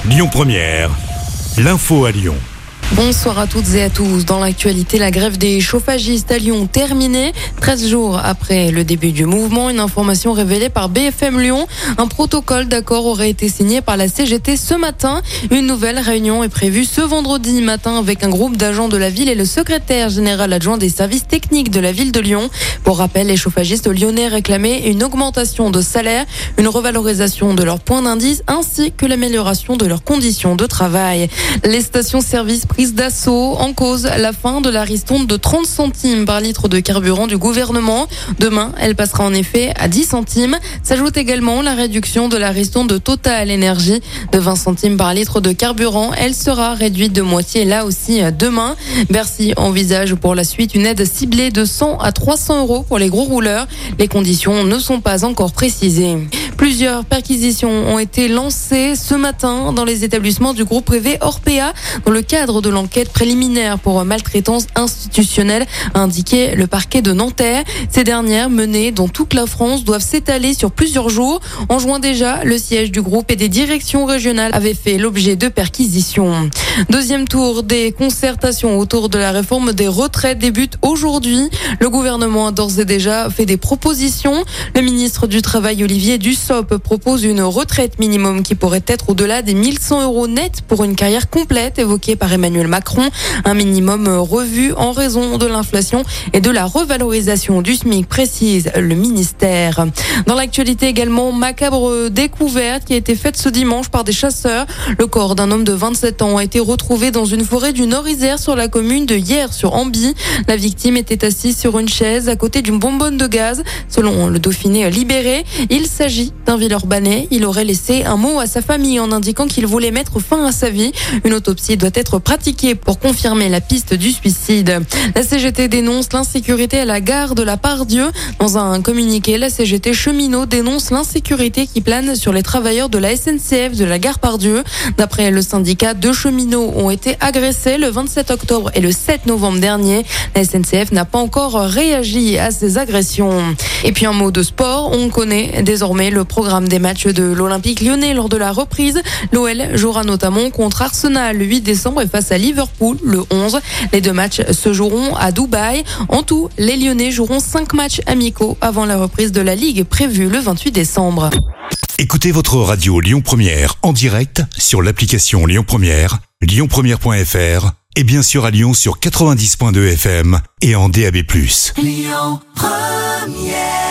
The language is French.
Lyon Première, l'info à Lyon. Bonsoir à toutes et à tous. Dans l'actualité, la grève des chauffagistes à Lyon terminée. 13 jours après le début du mouvement, une information révélée par BFM Lyon. Un protocole d'accord aurait été signé par la CGT ce matin. Une nouvelle réunion est prévue ce vendredi matin avec un groupe d'agents de la ville et le secrétaire général adjoint des services techniques de la ville de Lyon. Pour rappel, les chauffagistes lyonnais réclamaient une augmentation de salaire, une revalorisation de leur point d'indice ainsi que l'amélioration de leurs conditions de travail. Les stations-service prise d'assaut, en cause la fin de la ristourne de 30 centimes par litre de carburant du gouvernement. Demain, elle passera en effet à 10 centimes. S'ajoute également la réduction de la ristourne de Total Énergie de 20 centimes par litre de carburant. Elle sera réduite de moitié là aussi demain. Bercy envisage pour la suite une aide ciblée de 100 à 300 euros pour les gros rouleurs. Les conditions ne sont pas encore précisées. Plusieurs perquisitions ont été lancées ce matin dans les établissements du groupe privé Orpea dans le cadre de l'enquête préliminaire pour maltraitance institutionnelle, a indiqué le parquet de Nanterre. Ces dernières, menées dans toute la France, doivent s'étaler sur plusieurs jours. En juin déjà, le siège du groupe et des directions régionales avaient fait l'objet de perquisitions. Deuxième tour des concertations autour de la réforme des retraites débute aujourd'hui. Le gouvernement a d'ores et déjà fait des propositions. Le ministre du Travail, Olivier Dussopt, propose une retraite minimum qui pourrait être au-delà des 1100 euros net pour une carrière complète, évoquée par Emmanuel Macron. Un minimum revu en raison de l'inflation et de la revalorisation du SMIC, précise le ministère. Dans l'actualité également, macabre découverte qui a été faite ce dimanche par des chasseurs. Le corps d'un homme de 27 ans a été retrouvé dans une forêt du Nord-Isère sur la commune de Hyères-sur-Amby. La victime était assise sur une chaise à côté d'une bonbonne de gaz. Selon le Dauphiné libéré, il s'agit d'un Villeurbanais. Il aurait laissé un mot à sa famille en indiquant qu'il voulait mettre fin à sa vie. Une autopsie doit être pratiquée pour confirmer la piste du suicide. La CGT dénonce l'insécurité à la gare de la Part-Dieu. Dans un communiqué, la CGT Cheminots dénonce l'insécurité qui plane sur les travailleurs de la SNCF de la gare Part-Dieu. D'après le syndicat, 2 cheminots ont été agressés le 27 octobre et le 7 novembre dernier. La SNCF n'a pas encore réagi à ces agressions. Et puis un mot de sport, on connaît désormais le programme des matchs de l'Olympique lyonnais lors de la reprise. L'OL jouera notamment contre Arsenal le 8 décembre et face à Liverpool le 11. Les 2 matchs se joueront à Dubaï. En tout, les Lyonnais joueront 5 matchs amicaux avant la reprise de la Ligue prévue le 28 décembre. Écoutez votre radio Lyon Première en direct sur l'application Lyon Première, lyonpremière.fr et bien sûr à Lyon sur 90.2 FM et en DAB+. Lyon Première.